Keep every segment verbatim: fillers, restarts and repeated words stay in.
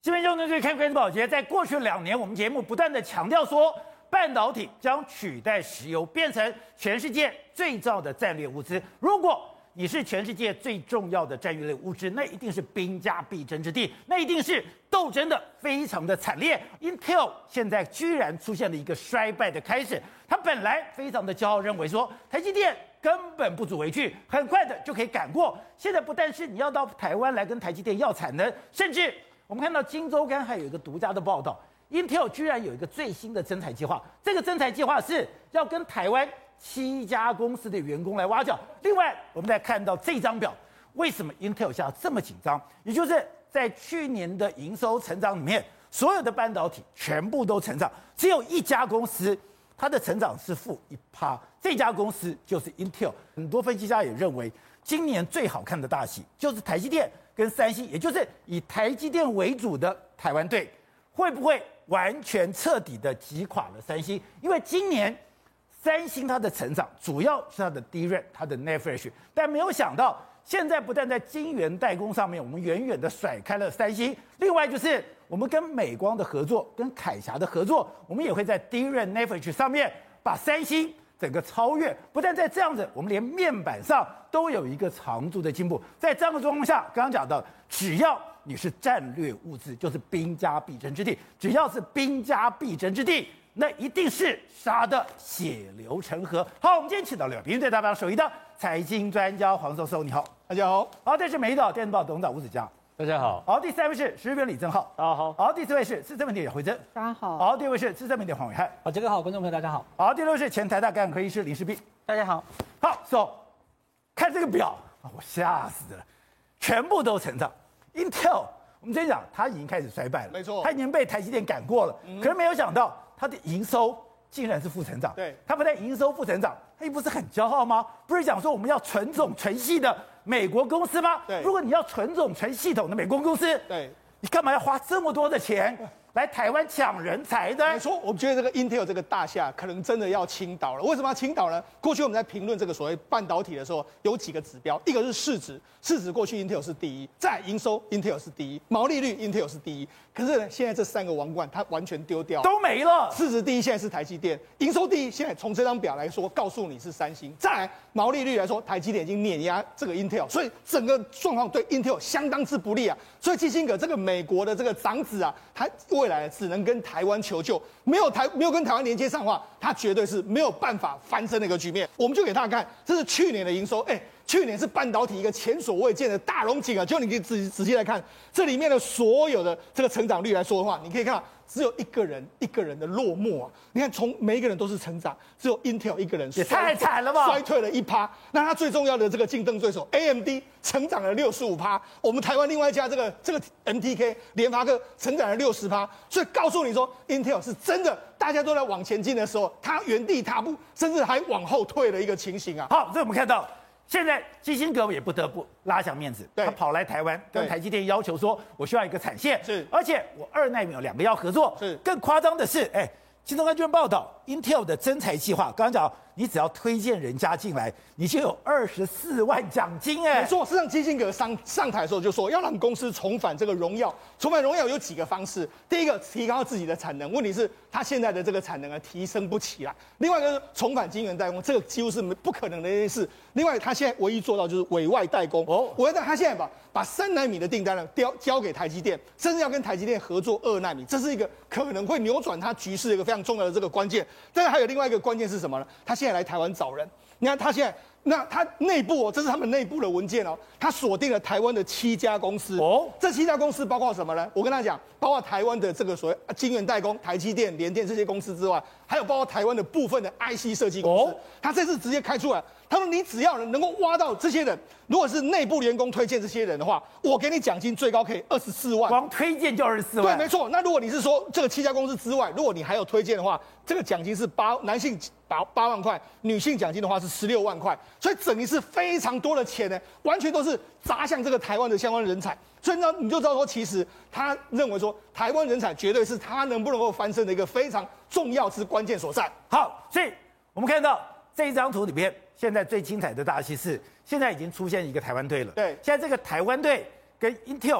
新闻中呢，就是看关注保洁。在过去两年，我们节目不断的强调说，半导体将取代石油，变成全世界最重要的战略物资。如果你是全世界最重要的战略物资，那一定是兵家必争之地，那一定是斗争的非常的惨烈。Intel 现在居然出现了一个衰败的开始，他本来非常的骄傲，认为说台积电根本不足为惧，很快的就可以赶过。现在不但是你要到台湾来跟台积电要产能，甚至我们看到《金周刊》还有一个独家的报道 ，Intel 居然有一个最新的增材计划。这个增材计划是要跟台湾七家公司的员工来挖角。另外，我们再看到这张表，为什么 Intel 现在这么紧张？也就是在去年的营收成长里面，所有的半导体全部都成长，只有一家公司它的成长是负一趴，这家公司就是 Intel。很多分析家也认为，今年最好看的大戏就是台积电跟三星，也就是以台积电为主的台湾队，会不会完全彻底的击垮了三星？因为今年三星它的成长主要是它的 D R A M、它的 NAND Flash， 但没有想到现在不但在晶圆代工上面，我们远远的甩开了三星，另外就是我们跟美光的合作、跟凯霞的合作，我们也会在 D R A M、NAND Flash 上面把三星整个超越。不但在这样子，我们连面板上都有一个长足的进步。在这样的状况下，刚刚讲到，只要你是战略物资，就是兵家必争之地。只要是兵家必争之地，那一定是杀的血流成河。好，我们今天请到了评论队大帮手一的财经专家黄寿寿，你好， 大家好。 好，这是美岛电子报董事长吴子江， 大家好。 好，第三位是时事编李正浩， 大家好。 好，第四位是资深媒体回真， 大家好。 好，第五位是资深媒体黄伟汉， 好，这个好，观众朋友大家好。 好，第六位是前台大感染科医师林世璧， 大家好。 好 ，so 看这个表，我吓死了，全部都成长。Intel 我们之前讲，它已经开始衰败了， 没错， 它已经被台积电赶过了，嗯、可是没有想到它的营收竟然是负成长。 对， 它不但营收负成长，它不是很骄傲吗？不是讲说我们要纯种纯系的美国公司吗？ 对， 如果你要纯种纯系统的美国公司， 对， 你干嘛要花这么多的钱来台湾抢人才呢？ 没错，我们觉得这个 Intel 这个大厦可能真的要倾倒了。为什么要倾倒呢？过去我们在评论这个所谓半导体的时候，有几个指标，一个是市值，市值过去 Intel 是第一，再营收 Intel 是第一，毛利率 Intel 是第一。可是呢，现在这三个王冠它完全丢掉， 都没了。 市值第一现在是台积电，营收第一现在从这张表来说，告诉你是三星。再来毛利率来说，台积电已经碾压这个 Intel， 所以整个状况对 Intel 相当之不利啊。所以基辛格这个美国的这个长子啊，他未来只能跟台湾求救，没有台没有跟台湾连接上的话，他绝对是没有办法翻身的一个局面。我们就给大家看，这是去年的营收，哎、欸。去年是半导体一个前所未见的大荣景啊！就你可以仔仔细来看这里面的所有的这个成长率来说的话，你可以看到只有一个人一个人的落寞啊！你看从每一个人都是成长，只有 Intel 一个人也太惨了吧， 衰退了一趴。那他最重要的这个竞争对手 A M D 成长了六十五趴，我们台湾另外一家这个这个 M T K 联发科成长了六十趴，所以告诉你说 Intel 是真的，大家都在往前进的时候，它原地踏步，甚至还往后退的一个情形啊！ 好，这我们看到。现在基辛格也不得不拉响面子，他跑来台湾跟台积电要求说，我需要一个产线， 是， 而且我二奈米有两个要合作， 是。 更夸张的是，哎，金周刊居然报道 ，Intel 的增材计划，刚刚讲，你只要推荐人家进来，你就有二十四万奖金，哎， 没错。事实上，基辛格上上台的时候就说，要让公司重返这个荣耀，重返荣耀有几个方式，第一个提高自己的产能，问题是他现在的这个产能啊提升不起来。另外一个是重返晶圆代工，这个几乎是不可能的一件事。另外，他现在唯一做到就是委外代工。哦，委外代，他现在把把三奈米的订单呢交交给台积电，甚至要跟台积电合作二奈米，这是一个可能会扭转他局势的一个非常重要的这个关键。但是还有另外一个关键是什么呢？他现在来台湾找人，你看他现在。那他内部哦，这是他们内部的文件哦，他锁定了台湾的七家公司哦，这七家公司包括什么呢？我跟他讲，包括台湾的这个所谓晶圆代工，台积电、联电这些公司之外，还有包括台湾的部分的 I C 设计公司，他这次直接开出来，他说你只要能够挖到这些人，如果是内部员工推荐这些人的话，我给你奖金最高可以二十四万， 光推荐就二十四万， 对，没错。那如果你是说这个七家公司之外，如果你还有推荐的话，这个奖金是八男性八八万块，女性奖金的话是十六万块，所以整个是非常多的钱呢，完全都是砸向这个台湾的相关人才。所以呢，你就知道说，其实他认为说，台湾人才绝对是他能不能够翻身的一个非常重要之关键所在。 好，所以我们看到这一张图里面，现在最精彩的大戏是，现在已经出现一个台湾队了。 对， 现在这个台湾队跟 Intel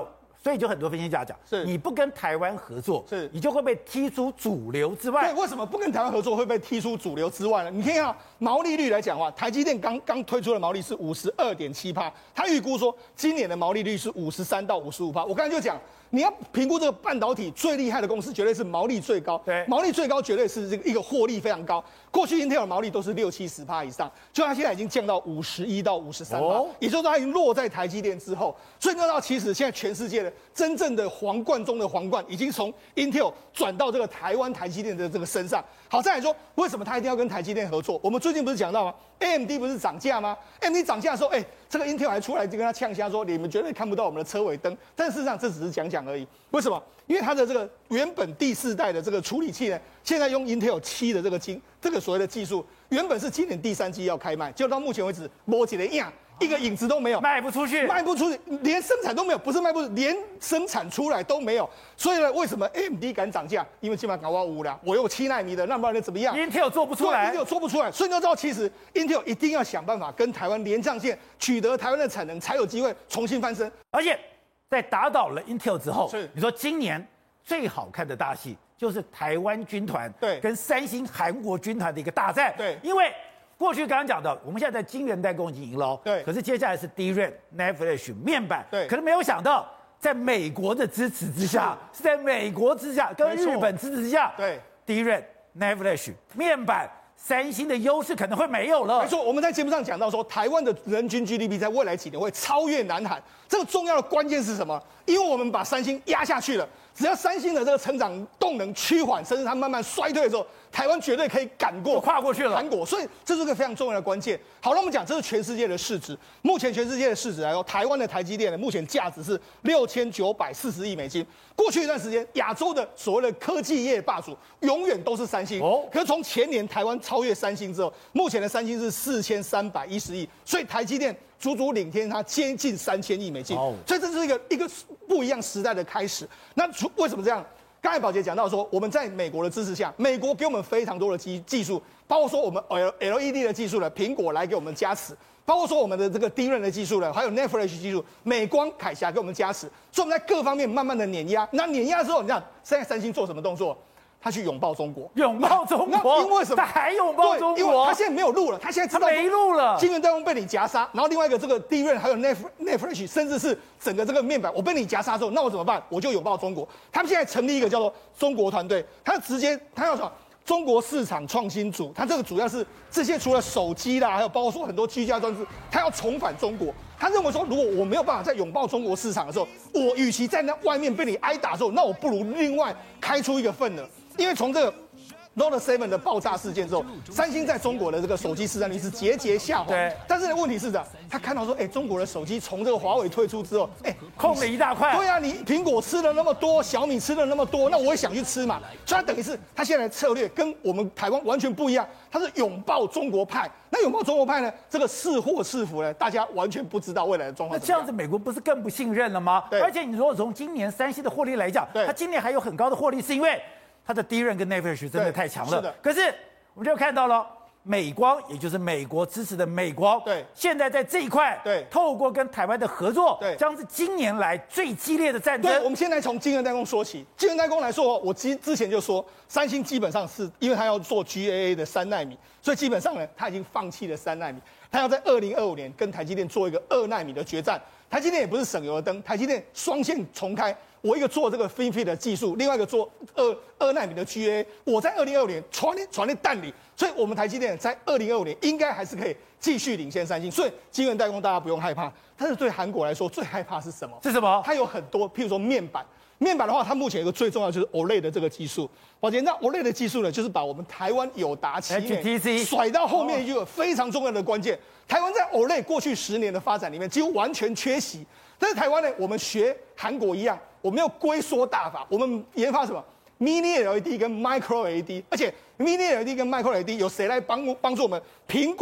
所以就很多分析家讲， 是你不跟台湾合作， 是你就会被踢出主流之外。 对，为什么不跟台湾合作会被踢出主流之外呢？你可以看到毛利率来讲的话，台积电刚刚推出的毛利是五十二点七趴，他预估说今年的毛利率是五十三到五十五趴。我刚才就讲，你要评估这个半导体最厉害的公司，绝对是毛利最高， 对， 毛利最高绝对是这个一个获利非常高。过去 Intel 的毛利都是六七十趴以上，就它现在已经降到五十一到五十三趴，哦，也就是说它已经落在台积电之后。所以呢，到其实现在全世界的真正的皇冠中的皇冠，已经从 Intel 转到这个台湾台积电的这个身上。好，再来说为什么它一定要跟台积电合作？我们最近不是讲到吗 ？A M D 不是涨价吗 ？A M D 涨价的时候，哎、欸，这个 Intel 还出来就跟他呛虾说，你们绝对看不到我们的车尾灯。但事实上这只是讲讲而已。为什么？因为它的这个原本第四代的这个处理器呢，现在用 Intel 七的这个精这个所谓的技术，原本是今年第三季要开卖，结果到目前为止摸起来一样。一个影子都没有， 卖不出去， 卖不出去，连生产都没有，不是卖不出，连生产出来都没有。所以呢，为什么 A M D 敢涨价？因为基本上搞我无了，我有七纳米的，那不然能怎么样 ？Intel 做不出来 ，Intel 做不出来，所以你要知道，其实 Intel 一定要想办法跟台湾连上线，取得台湾的产能，才有机会重新翻身。 而且在打倒了 Intel 之后， 是你说今年最好看的大戏就是台湾军团对跟三星韩国军团的一个大战， 对， 因为。过去刚刚讲的，我们现在在晶圆代工已经赢了， 对。 可是接下来是 D R A M、N Flash 面板， 对。 可是没有想到，在美国的支持之下，是, 是在美国之下，跟日本支持之下， 对 ，D R A M、N Flash 面板，三星的优势可能会没有了。 没错，我们在节目上讲到说，台湾的人均 G D P 在未来几年会超越南韩，这个重要的关键是什么？因为我们把三星压下去了。只要三星的这个成长动能趋缓，甚至它慢慢衰退的时候，台湾绝对可以赶过、 跨过去了韩国，所以这是个非常重要的关键。好了，我们讲这是全世界的市值，目前全世界的市值来说，台湾的台积电呢，目前价值是六千九百四十亿美金。过去一段时间，亚洲的所谓的科技业霸主永远都是三星，哦，可是从前年台湾超越三星之后，目前的三星是四千三百一十亿，所以台积电足足领先它接近三千亿美金，哦，所以这是一个一个不一样时代的开始。那为什么这样？刚才宝杰讲到说，我们在美国的支持下，美国给我们非常多的技技术，包括说我们 L E D 的技术呢，苹果来给我们加持，包括说我们的这个 D R A M 的技术呢，还有 N Flash 技术，美光、凯霞给我们加持，所以我们在各方面慢慢的碾压。那碾压之后，你看现在三星做什么动作？他去拥抱中国， 拥抱中国， 因为什么？ 他还拥抱中国， 因为他现在没有路了，他现在知道没路了， 晶圆代工被你夹杀，然后另外一个这个 D R A M 还有 N Flash， 甚至是整个这个面板，我被你夹杀之后，那我怎么办？我就拥抱中国。他们现在成立一个叫做中国团队，他直接他要什么？中国市场创新组，他这个主要是这些除了手机啦，还有包括说很多居家装置，他要重返中国。他认为说，如果我没有办法在拥抱中国市场的时候，我与其在那外面被你挨打的时候，那我不如另外开出一个份额，因为从这个Note 七的爆炸事件之后，三星在中国的这个手机市占率是节节下滑。 对， 但是问题是的，他看到说，哎、欸，中国的手机从这个华为退出之后，哎、欸， 空了一大块。 对啊，你苹果吃了那么多，小米吃了那么多，那我也想去吃嘛。所以他等于是他现在的策略跟我们台湾完全不一样，他是拥抱中国派。那拥抱中国派呢，这个是祸是福呢，大家完全不知道未来的状况。 那这样子，美国不是更不信任了吗？ 对。 而且你如果从今年三星的获利来讲，它今年还有很高的获利，是因为它的 D R A M 跟 N Flash 真的太强了。 是的。 可是我们就看到了美光，也就是美国支持的美光， 对， 现在在这一块， 对， 透过跟台湾的合作， 对， 将是今年来最激烈的战争。 对，我们现在从晶圆代工说起。晶圆代工来说，我之之前就说，三星基本上是因为它要做 G A A 的三奈米，所以基本上呢，它已经放弃了三奈米，它要在二零二五年跟台积电做一个二奈米的决战。台积电也不是省油的灯，台积电双线重开。我一个做这个 FinFET 的技术，另外一个做二二奈米的 G A A， 我在二零二五年传传在蛋里，所以我们台积电在二零二五年应该还是可以继续领先三星。所以晶圆代工大家不用害怕，但是对韩国来说最害怕是什么？ 是什么？ 它有很多，譬如说面板。面板的话，它目前有一个最重要的就是 O L E D 的这个技术。宝杰，那 O L E D 的技术呢，就是把我们台湾友达、奇美甩到后面一个非常重要的关键。台湾在 O L E D 过去十年的发展里面，几乎完全缺席。但是台湾呢，我们学韩国一样，我们要龟缩大法，我们研发什么 Mini L E D 跟 Micro L E D， 而且 Mini L E D 跟 Micro L E D 有谁来帮帮助我们？苹果。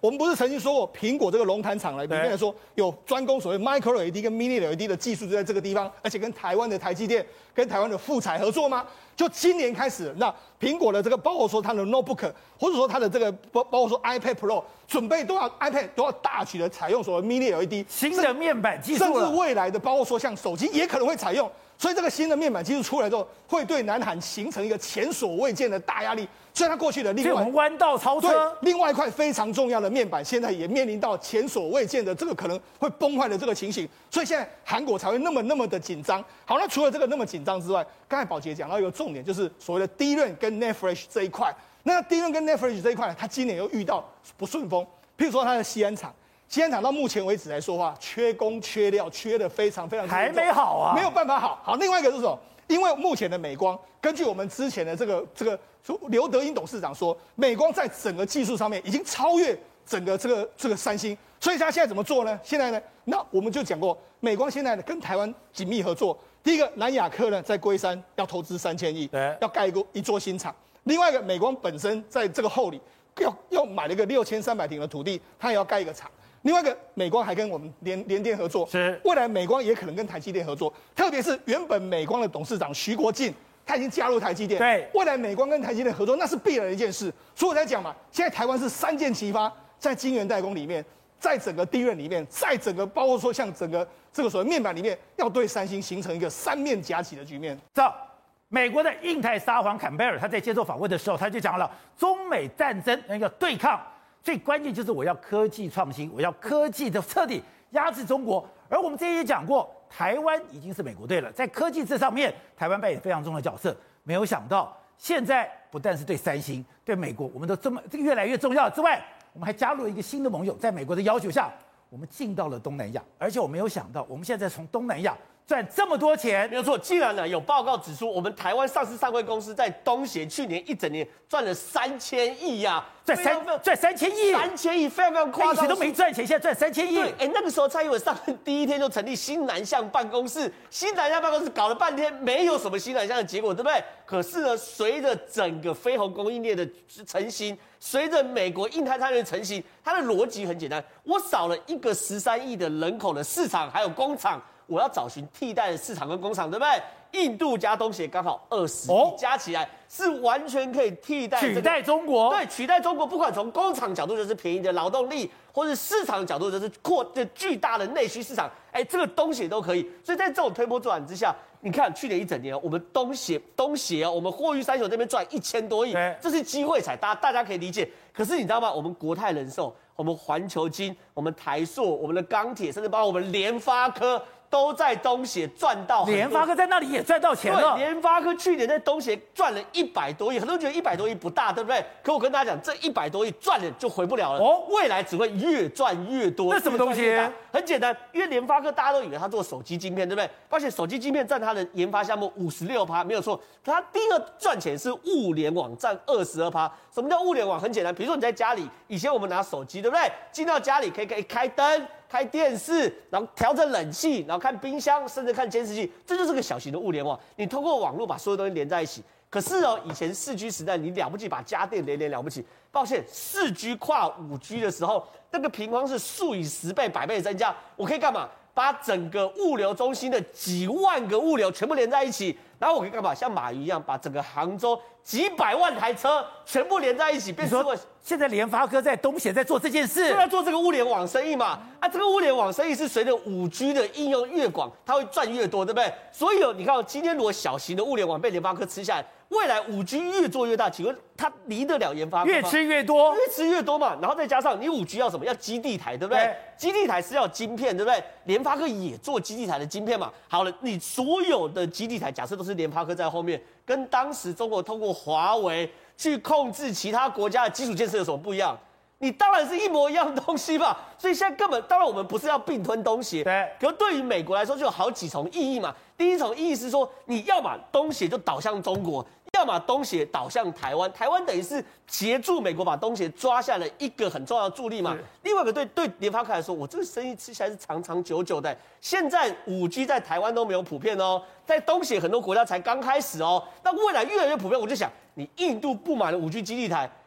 我们不是曾经说过，苹果这个龙潭厂呢，里面说有专攻所谓 micro L E D 跟 mini L E D 的技术就在这个地方，而且跟台湾的台积电、跟台湾的富彩合作吗？就今年开始，那苹果的这个包括说它的 notebook， 或者说它的这个包包括说 iPad Pro， 准备都要 iPad 都要大举的采用所谓 mini L E D 新的面板技术， 甚至未来的包括说像手机也可能会采用。所以这个新的面板技术出来之后，会对南韩形成一个前所未见的大压力。所以它过去的另外这种弯道超车， 对，另外一块非常重要的面板，现在也面临到前所未见的这个可能会崩坏的这个情形。所以现在韩国才会那么那么的紧张。好，那除了这个那么紧张之外，刚才宝杰讲到一个重点，就是所谓的低润跟 N A N D Flash 这一块。那低润跟 N A N D Flash 这一块，它今年又遇到不顺风。譬如说它的西安厂。西安厂到目前为止来说话，缺工缺料，缺的非常非常还没好啊， 没有办法好。好，另外一个是什么？因为目前的美光，根据我们之前的这个这个刘德英董事长说，美光在整个技术上面已经超越整个这个这个三星，所以他现在怎么做呢？现在呢，那我们就讲过，美光现在呢跟台湾紧密合作。第一个，南亚科呢在龟山要投资三千亿，要盖一个一座新厂。另外一个，美光本身在这个后里要要买了一个六千三百坪的土地，它也要盖一个厂。另外一个，美光还跟我们联联电合作， 是未来美光也可能跟台积电合作，特别是原本美光的董事长徐国进，他已经加入台积电， 对， 未来美光跟台积电合作那是必然的一件事，所以我在讲嘛，现在台湾是三箭齐发，在晶圆代工里面，在整个低润里面，在整个包括说像整个这个所谓面板里面，要对三星形成一个三面夹击的局面。 这美国的印太沙皇坎贝尔他在接受访问的时候，他就讲了中美战争那个对抗。最关键就是我要科技创新，我要科技的彻底压制中国。而我们之前也讲过，台湾已经是美国队了，在科技这上面，台湾扮演非常重要的角色。没有想到，现在不但是对三星、对美国，我们都这么这个越来越重要之外，我们还加入了一个新的盟友，在美国的要求下，我们进到了东南亚。而且我没有想到，我们现在从东南亚赚这么多钱， 没有错。既然呢有报告指出，我们台湾上市上柜公司在东协去年一整年赚了三千亿呀， 赚三赚三千亿， 三千亿非常非常夸张。 以前都没赚钱，现在赚三千亿。 对，哎，那个时候蔡英文上任第一天就成立新南向办公室，新南向办公室搞了半天没有什么新南向的结果，对不对？可是呢，随着整个飞鸿供应链的成型，随着美国印太战略的成型，它的逻辑很简单，我少了一个十三亿的人口的市场还有工厂。我要找寻替代的市场跟工厂，对不对？印度加东协刚好二十亿，加起来是完全可以替代、这个、 取代中国。 对，取代中国，不管从工厂角度就是便宜的劳动力，或是市场角度就是扩的巨大的内需市场，哎，这个东协都可以。所以在这种推波助澜之下，你看去年一整年，我们东协东协啊，我们货运三雄这边赚一千多亿，这是机会才，大家大家可以理解。可是你知道吗？我们国泰人寿、我们环球金、我们台塑、我们的钢铁，甚至包括我们联发科。都在东协赚到， 联发科在那里也赚到钱了。 对，联发科去年在东协赚了一百多亿，很多人觉得一百多亿不大，对不对？可我跟大家讲，这一百多亿赚了就回不了了，哦，未来只会越赚越多。 那什么东西？ 很简单，因为联发科大家都以为它做手机晶片，对不对？而且手机晶片占它的研发项目五十六趴，没有错。它第一个赚钱是物联网占二十二趴。什么叫物联网？很简单，比如说你在家里，以前我们拿手机，对不对？进到家里可以可以开灯。开电视，然后调整冷气，然后看冰箱，甚至看监视器，这就是个小型的物联网。你通过网络把所有东西连在一起。可是哦，以前四 G 时代，你了不起把家电连连了不起。抱歉，四 G 跨五 G 的时候，那个频宽是数以十倍、百倍增加。我可以干嘛？把整个物流中心的几万个物流全部连在一起，然后我可以干嘛？像马云一样，把整个杭州几百万台车全部连在一起，变成我。 现在联发科在东协在做这件事， 就在做这个物联网生意嘛。啊，这个物联网生意是随着五 G 的应用越广，它会赚越多，对不对？所以哦，你看，今天如果小型的物联网被联发科吃下来，未来五 G 越做越大，请问它离得了研发科吗？ 越吃越多， 越吃越多嘛。然后再加上你五 G 要什么？要基地台，对不对？基地台是要晶片，对不对？联发科也做基地台的晶片嘛。好了，你所有的基地台，假设都是联发科在后面，跟当时中国通过华为去控制其他国家的基础建设有什么不一样？你当然是一模一样的东西嘛。所以现在根本，当然我们不是要并吞东协， 对。 可是对于美国来说，就有好几重意义嘛。第一重意义是说，你要么东协就倒向中国，要么东协倒向台湾。台湾等于是协助美国把东协抓下了一个很重要的助力嘛。另外一个对对联发科来说，我这个生意吃起来是长长久久的。现在五 G 在台湾都没有普遍哦，在东协很多国家才刚开始哦。那未来越来越普遍，我就想，你印度布满了五 G 基地台。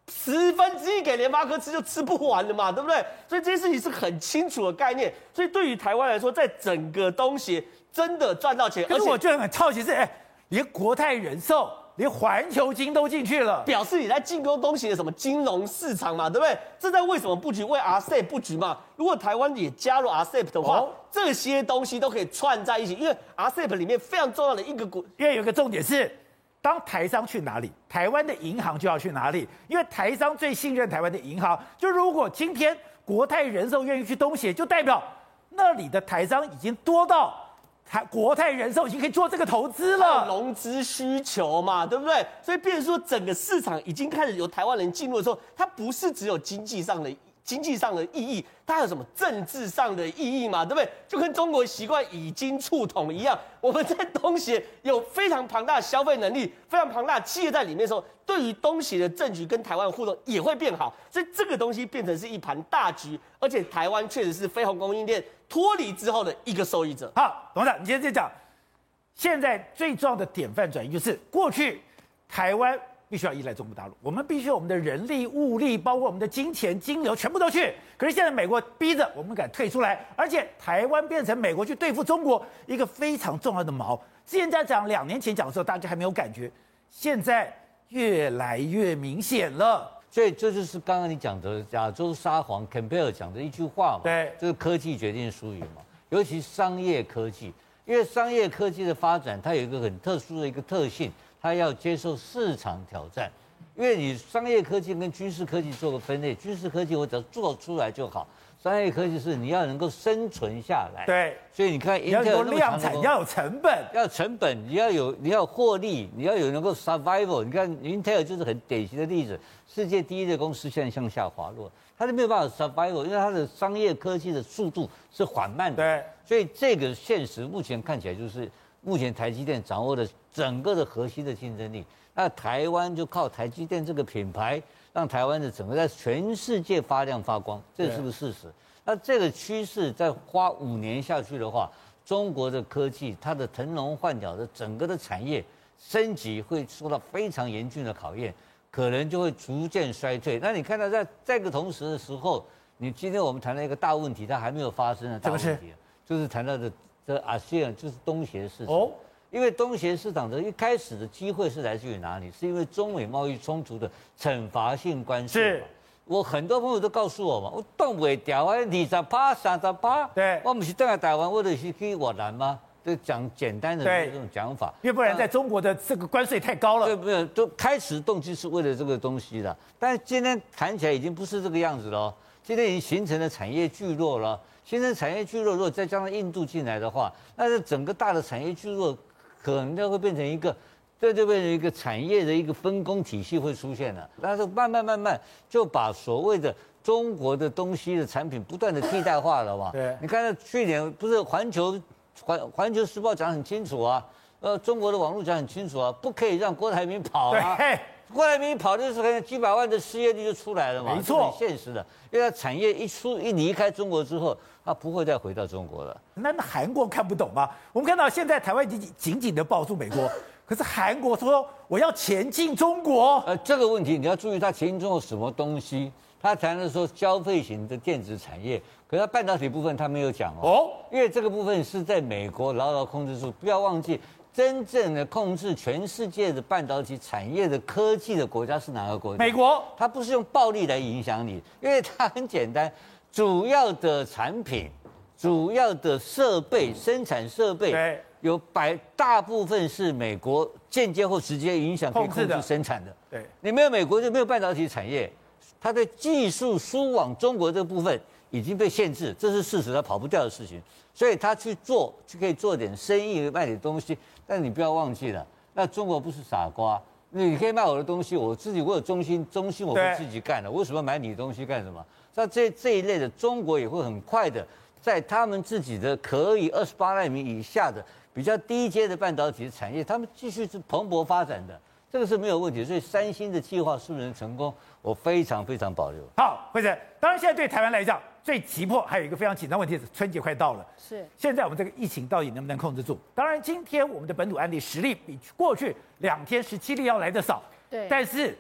十分之一给联发科吃就吃不完了嘛，对不对？所以这些事情是很清楚的概念。所以对于台湾来说，在整个东协真的赚到钱， 可是我觉得很好奇是，哎，连国泰人寿、连环球金都进去了， 表示你在进攻东协的什么金融市场嘛，对不对？这在为什么布局？为 R C E P 布局嘛。如果台湾也加入 R C E P 的话，哦、这些东西都可以串在一起，因为 R C E P 里面非常重要的一个股， 因为有一个重点是。当台商去哪里，台湾的银行就要去哪里，因为台商最信任台湾的银行。就如果今天国泰人寿愿意去东协，就代表那里的台商已经多到台国泰人寿已经可以做这个投资了， 融资需求嘛，对不对？所以变成说整个市场已经开始由台湾人进入的时候，它不是只有经济上的。经济上的意义，它还有什么政治上的意义嘛？对不对？就跟中国习惯以经促统一样，我们在东协有非常庞大的消费能力，非常庞大的企业在里面的时候，对于东协的政局跟台湾的互动也会变好，所以这个东西变成是一盘大局，而且台湾确实是飞鸿供应链脱离之后的一个受益者。 好，董事长，你接着讲，现在最重要的典范转移就是过去台湾。必须要依赖中国大陆，我们必须我们的人力、物力，包括我们的金钱、金流，全部都去。可是现在美国逼着我们敢退出来，而且台湾变成美国去对付中国一个非常重要的锚。之前在讲两年前讲的时候，大家还没有感觉，现在越来越明显了。 所以这就是刚刚你讲的亚洲沙皇 Campbell 讲的一句话嘛， 对， 就是科技决定输赢嘛，尤其商业科技，因为商业科技的发展，它有一个很特殊的一个特性。它要接受市场挑战，因为你商业科技跟军事科技做个分类，军事科技我只要做出来就好，商业科技是你要能够生存下来。 对， 所以你看， 你要有量产，你要有成本， 要成本，你要有你要获利，你要有能够 survival。你看 Intel 就是很典型的例子，世界第一的公司现在向下滑落，它是没有办法 survival， 因为它的商业科技的速度是缓慢的。 对， 所以这个现实目前看起来就是。目前台积电掌握的整个的核心的竞争力，那台湾就靠台积电这个品牌，让台湾的整个在全世界发亮发光，这是个事实。那这个趋势再花五年下去的话，中国的科技它的腾笼换鸟的整个的产业升级会受到非常严峻的考验，可能就会逐渐衰退。那你看到在这个同时的时候，你今天我们谈到一个大问题，它还没有发生的大问题，就是谈到的。这阿西安就是东协市场，哦，因为东协市场的一开始的机会是来自于哪里？是因为中美贸易冲突的惩罚性关税。是，我很多朋友都告诉我嘛，我动不掉啊，二十趴、三十趴， 对， 我不是登来台湾，我就是去越南吗？就讲简单的这种讲法， 因为不然在中国的这个关税太高了。 对，没有，都开始动机是为了这个东西的，但是今天谈起来已经不是这个样子了，今天已经形成了产业聚落了。现在产业聚落，如果再加上印度进来的话，那这整个大的产业聚落可能就会变成一个，这就变成一个产业的一个分工体系会出现了。但是慢慢慢慢就把所谓的中国的东西的产品不断的替代化了嘛。 对， 你看到去年不是环球环环球时报讲很清楚啊，呃，中国的网络讲很清楚啊，不可以让郭台铭跑啊。 对。 郭台铭跑就是可能几百万的失业率就出来了嘛， 没错， 很现实的。因为它产业一出一离开中国之后，它不会再回到中国了。 那那韩国看不懂吗？我们看到现在台湾已经紧紧的抱住美国，可是韩国说我要前进中国。 呃，这个问题你要注意，它前进中国什么东西？他谈的说消费型的电子产业，可是它半导体部分他没有讲哦，哦，因为这个部分是在美国牢牢控制住，不要忘记。真正的控制全世界的半导体产业的科技的国家是哪个国家？ 美国。 它不是用暴力来影响你，因为它很简单，主要的产品、主要的设备、生产设备， 对， 有百大部分是美国间接或直接影响可以控制生产的。 对， 你没有美国就没有半导体产业，它的技术输往中国这部分已经被限制，这是事实，它跑不掉的事情。所以他去做，去可以做点生意，卖点东西。但你不要忘记了，那中国不是傻瓜，你可以卖我的东西，我自己我有中心，中心我会自己干的，为什么买你的东西干什么？那这这一类的，中国也会很快的，在他们自己的可以二十八奈米以下的比较低阶的半导体产业，他们继续是蓬勃发展的，这个是没有问题。所以三星的计划是不是能成功，我非常非常保留。 好，辉成，当然现在对台湾来讲，最急迫还有一个非常紧张问题是春节快到了， 是现在我们这个疫情到底能不能控制住？当然，今天我们的本土案例十例比过去两天十七例要来的少， 对， 但是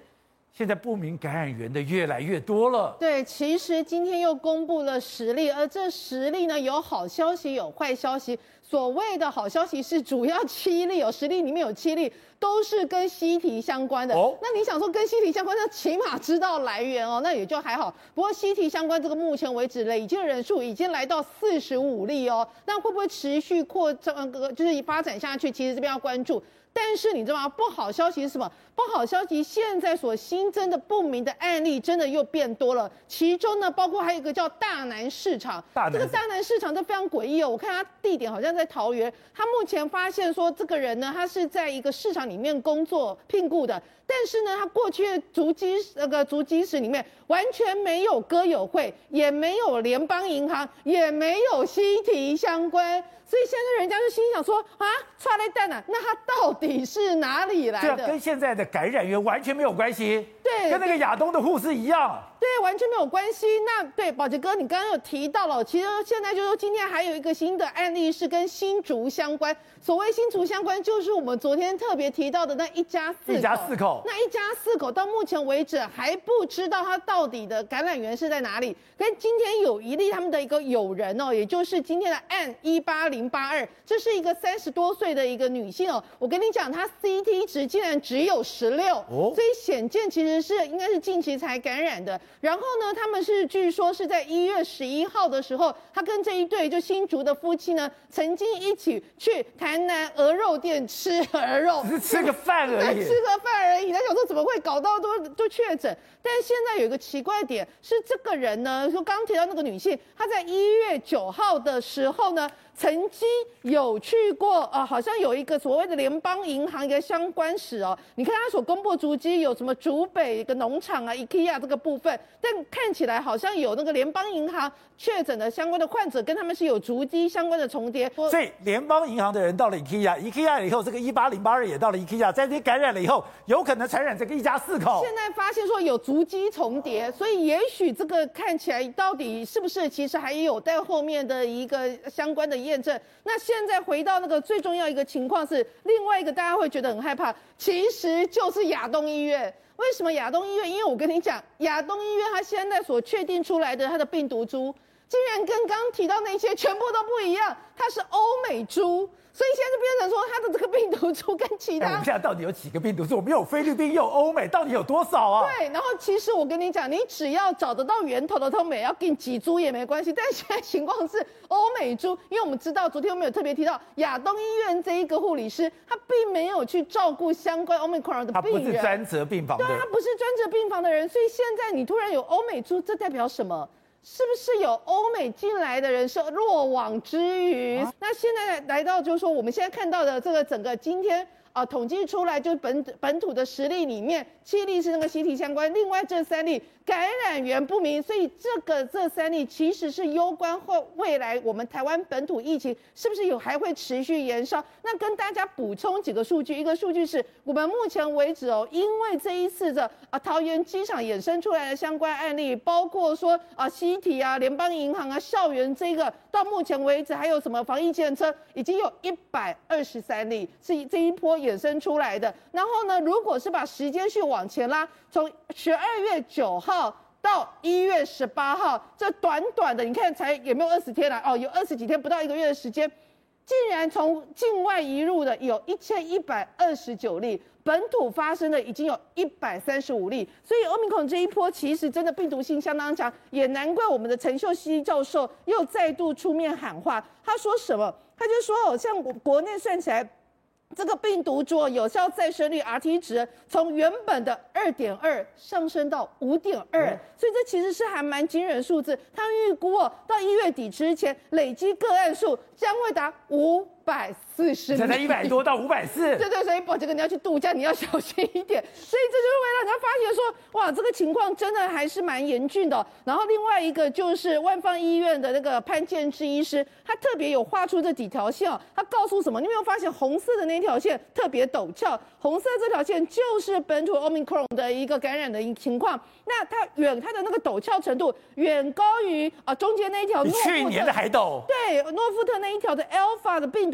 现在不明感染源的越来越多了。 对，其实今天又公布了十例，而这十例呢有好消息有坏消息。所谓的好消息是主要七例有十例里面有七例都是跟西提相关的。哦，那你想说跟西提相关，那起码知道来源哦，那也就还好。不过西提相关这个目前为止累计的人数已经来到四十五例哦，那会不会持续扩张？就是发展下去？其实这边要关注。但是你知道吗？不好消息是什么？不好消息，现在所新增的不明的案例真的又变多了。其中呢，包括还有一个叫大南市场，这个大南市场这非常诡异哦。我看他地点好像在桃园，他目前发现说这个人呢，他是在一个市场里面工作聘雇的，但是呢，他过去的足迹那个足迹史里面完全没有歌友会，也没有联邦银行，也没有西提相关。所以现在人家就心想说啊，抓来蛋啊，那他到底是哪里来的？ 这跟现在的感染源完全没有关系， 对， 跟那个亚东的护士一样， 对，完全没有关系。那对宝杰哥，你刚刚有提到了，其实现在就是说今天还有一个新的案例是跟新竹相关。所谓新竹相关，就是我们昨天特别提到的那一家四口， 一家四口， 那一家四口到目前为止还不知道他到底的感染源是在哪里。跟今天有一例他们的一个友人哦，也就是今天的案一八零八二，这是一个三十多岁的一个女性哦。我跟你讲，她 C T 值竟然只有十六，哦，所以显见其实是应该是近期才感染的。然后呢，他们是据说是在一月十一号的时候，他跟这一对就新竹的夫妻呢，曾经一起去台南鹅肉店吃鹅肉， 只是吃个饭而已， 吃个饭而已。他想说怎么会搞到都都确诊？但是现在有一个奇怪点是，这个人呢，说刚刚提到那个女性，她在一月九号的时候呢，曾经有去过啊、呃，好像有一个所谓的联邦银行一个相关史哦。你看他所公布足迹有什么竹北一个农场啊 ，IKEA 这个部分，但看起来好像有那个联邦银行确诊的相关的患者跟他们是有足迹相关的重叠。 所以联邦银行的人到了 IKEA，IKEA 以后这个一八零八二也到了 IKEA， 在这里感染了以后，有可能传染这个一家四口。 现在发现说有足迹重叠，所以也许这个看起来到底是不是，其实还有待后面的一个相关的验证。那现在回到那个最重要一个情况是，另外一个大家会觉得很害怕，其实就是亚东医院。为什么亚东医院？因为我跟你讲，亚东医院它现在所确定出来的它的病毒株，竟然跟刚刚提到那些全部都不一样，它是欧美株。所以现在就变成说，它的这个病毒株跟其他、 哎，我们现在到底有几个病毒株？我们有菲律宾，又有欧美，到底有多少啊？ 对，然后其实我跟你讲，你只要找得到源头的都美，要给你几株也没关系。但现在情况是欧美株，因为我们知道，昨天我们有特别提到亚东医院这一个护理师，他并没有去照顾相关 Omicron 的病人， 他不是专责病房的， 对，他不是专责病房的人，所以现在你突然有欧美株，这代表什么？是不是有欧美进来的人是落网之鱼？啊、那现在来到就是说，我们现在看到的这个整个今天啊、呃、统计出来，就是本本土的十例里面，七例是那个西提相关，另外这三例感染源不明，所以这个这三例其实是攸关后未来我们台湾本土疫情是不是有还会持续延烧？那跟大家补充几个数据，一个数据是我们目前为止哦，因为这一次的啊桃园机场衍生出来的相关案例，包括说啊西提啊、联邦银行啊、校园这个，到目前为止还有什么防疫计程车，已经有一百二十三例是这一波衍生出来的。然后呢，如果是把时间序往前拉，从十二月九号到一月十八号，这短短的你看才有没有二十天了、啊？哦，有二十几天，不到一个月的时间，竟然从境外移入的有一千一百二十九例，本土发生的已经有一百三十五例，所以欧米孔这一波其实真的病毒性相当强，也难怪我们的陈秀熙教授又再度出面喊话，他说什么？他就说哦，像我国内算起来。这个病毒株有效再生率 R T 值从原本的二点二上升到五点二，所以这其实是还蛮惊人数字。他预估哦，到一月底之前，累积个案数将会达五百四十。 现在一百多到五百四。 对对，所以宝杰哥你要去度假，你要小心一点。所以这就是会让人家发现说，哇，这个情况真的还是蛮严峻的、哦。然后另外一个就是万芳医院的那个潘建志医师，他特别有画出这几条线哦，他告诉什么？你有没有发现红色的那条线特别陡峭？红色这条线就是本土 Omicron 的一个感染的情况。那它远它的那个陡峭程度远高于啊中间那一条比去年的还陡。 对，诺富特那一条的 Alpha 的病毒。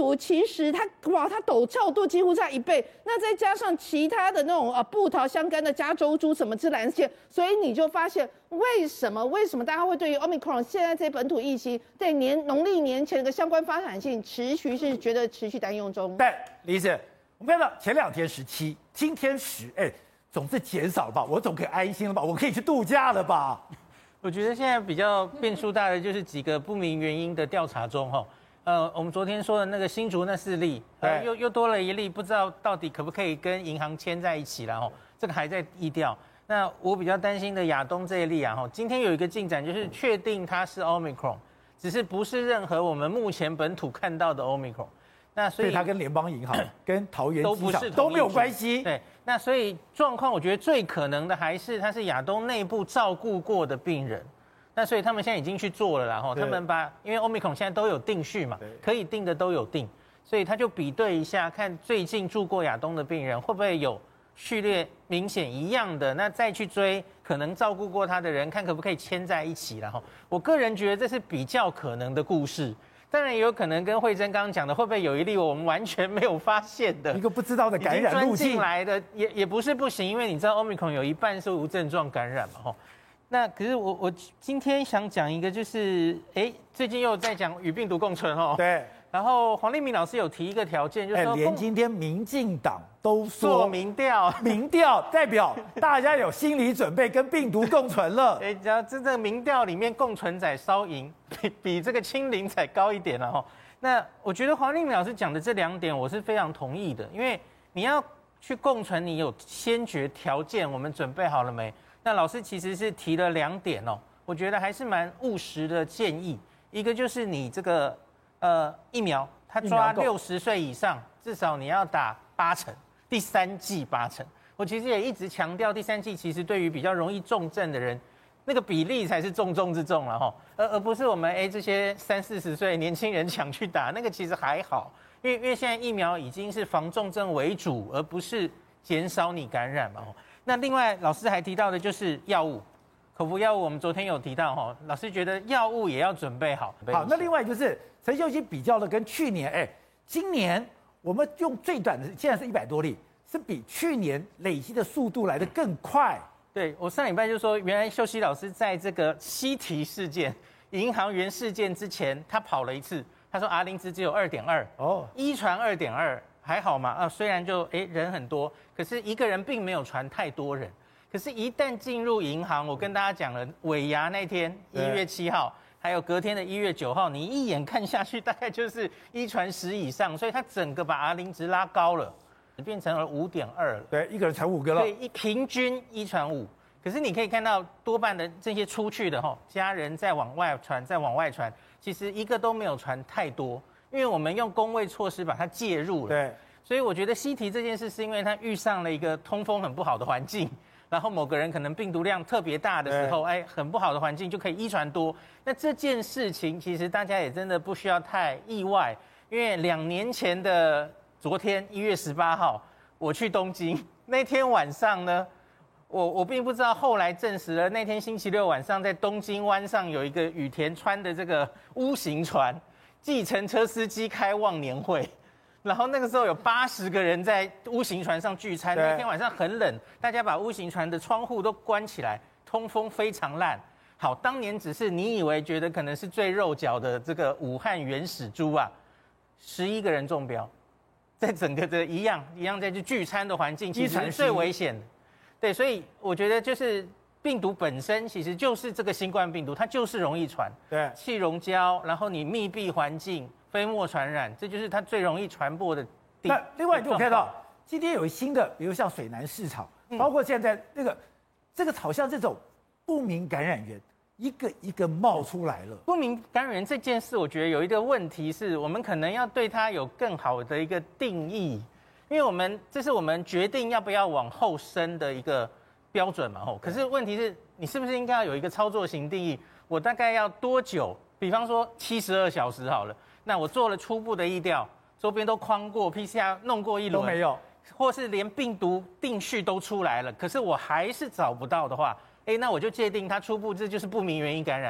毒其实它哇，它陡峭度几乎差一倍，那再加上其他的那种啊布桃相干的加州猪什么之蓝线，所以你就发现为什么为什么大家会对于 Omicron 现在这本土疫情对年农历年前的相关发展性持续是觉得持续担忧中？ 对，李子，我们看到前两天十七，今天十，哎，总是减少了吧？我总可以安心了吧？我可以去度假了吧？ 我觉得现在比较变数大的就是几个不明原因的调查中，哈，呃，我们昨天说的那个新竹那四例，呃，又又多了一例，不知道到底可不可以跟银行牵在一起了，哈，这个还在疫调。那我比较担心的亚东这一例啊，哈，今天有一个进展，就是确定它是 Omicron， 只是不是任何我们目前本土看到的 Omicron。那所以它跟联邦银行、跟桃园都不是都没有关系。 对，那所以状况，我觉得最可能的还是他是亚东内部照顾过的病人。那所以他们现在已经去做了啦，哈，他们把因为 Omicron 现在都有定序嘛，可以定的都有定，所以他就比对一下，看最近住过亚东的病人会不会有序列明显一样的，那再去追可能照顾过他的人，看可不可以牵在一起啦，哈。我个人觉得这是比较可能的故事。当然也有可能跟慧珍刚刚讲的，会不会有一例我们完全没有发现的一个不知道的感染路径进来的，也也不是不行，因为你知道 Omicron 有一半是无症状感染嘛，吼。那可是我我今天想讲一个，就是哎，最近又在讲与病毒共存哦。 对。 然后黄立明老师有提一个条件，就是说， 连今天民进党都说做民调， 民调代表大家有心理准备，跟病毒共存了。 哎，只要这个民调里面共存仔稍赢，比比这个清零仔高一点了哈。那我觉得黄立明老师讲的这两点，我是非常同意的，因为你要去共存，你有先决条件，我们准备好了没？那老师其实是提了两点哦，我觉得还是蛮务实的建议。一个就是你这个。呃，疫苗他抓六十岁以上，至少你要打八成，第三剂八成。我其实也一直强调，第三剂其实对于比较容易重症的人，那个比例才是重中之重了哈，而而不是我们哎这些三四十岁年轻人抢去打，那个其实还好，因为因为现在疫苗已经是防重症为主，而不是减少你感染嘛。那另外老师还提到的就是药物。口服药物，我们昨天有提到哈，老师觉得药物也要准备好。 好，那另外就是陈秀熙比较了跟去年，哎，今年我们用最短的，现在是一百多例，是比去年累积的速度来得更快。 对，我上礼拜就说，原来秀熙老师在这个西提事件、银行员事件之前，他跑了一次，他说 R 零值只有二点二，哦，一传二点二还好嘛，啊，虽然就哎人很多，可是一个人并没有传太多人。可是，一旦进入银行，我跟大家讲了，尾牙那天一月七号，还有隔天的一月九号，你一眼看下去，大概就是一传十以上，所以它整个把 R 零值拉高了，变成了五点二了。 对，一个人传五个了。 对，一平均一传五。可是你可以看到，多半的这些出去的哈，家人再往外传，再往外传，其实一个都没有传太多，因为我们用公卫措施把它介入了。 对， 所以我觉得西提这件事是因为它遇上了一个通风很不好的环境。然后某个人可能病毒量特别大的时候，哎，很不好的环境就可以一传多。那这件事情其实大家也真的不需要太意外，因为两年前的昨天一月十八号，我去东京那天晚上呢，我我并不知道，后来证实了那天星期六晚上在东京湾上有一个羽田川的这个 U 型船，计程车司机开忘年会。然后那个时候有八十个人在 U 型船上聚餐，那天晚上很冷，大家把 U 型船的窗户都关起来，通风非常烂。好，当年只是你以为觉得可能是最肉脚的这个武汉原始猪啊，十一个人中标，在整个的一样一样在去聚餐的环境，其实是最危险的。对，所以我觉得就是病毒本身其实就是这个新冠病毒，它就是容易传。 对， 气溶胶，然后你密闭环境。飞沫传染，这就是它最容易传播的地。 那另外，你就看到今天有新的，比如像水南市场，包括现在那个，这个好像这种不明感染源一个一个冒出来了。 不明感染源这件事，我觉得有一个问题是我们可能要对它有更好的一个定义，因为我们这是我们决定要不要往后升的一个标准嘛。吼，可是问题是你是不是应该要有一个操作型定义？我大概要多久？比方说七十二小时好了。那我做了初步的疫调，周边都框过 P C R 弄过一轮都没有， 或是连病毒定序都出来了，可是我还是找不到的话，哎，那我就界定它初步这就是不明原因感染，不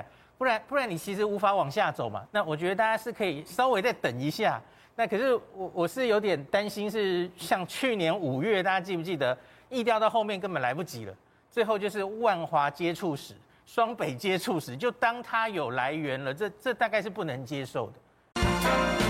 不然不然你其实无法往下走嘛。那我觉得大家是可以稍微再等一下。那可是我我是有点担心，是像去年五月，大家记不记得，疫调到后面根本来不及了，最后就是万华接触史、双北接触史，就当它有来源了，这这大概是不能接受的。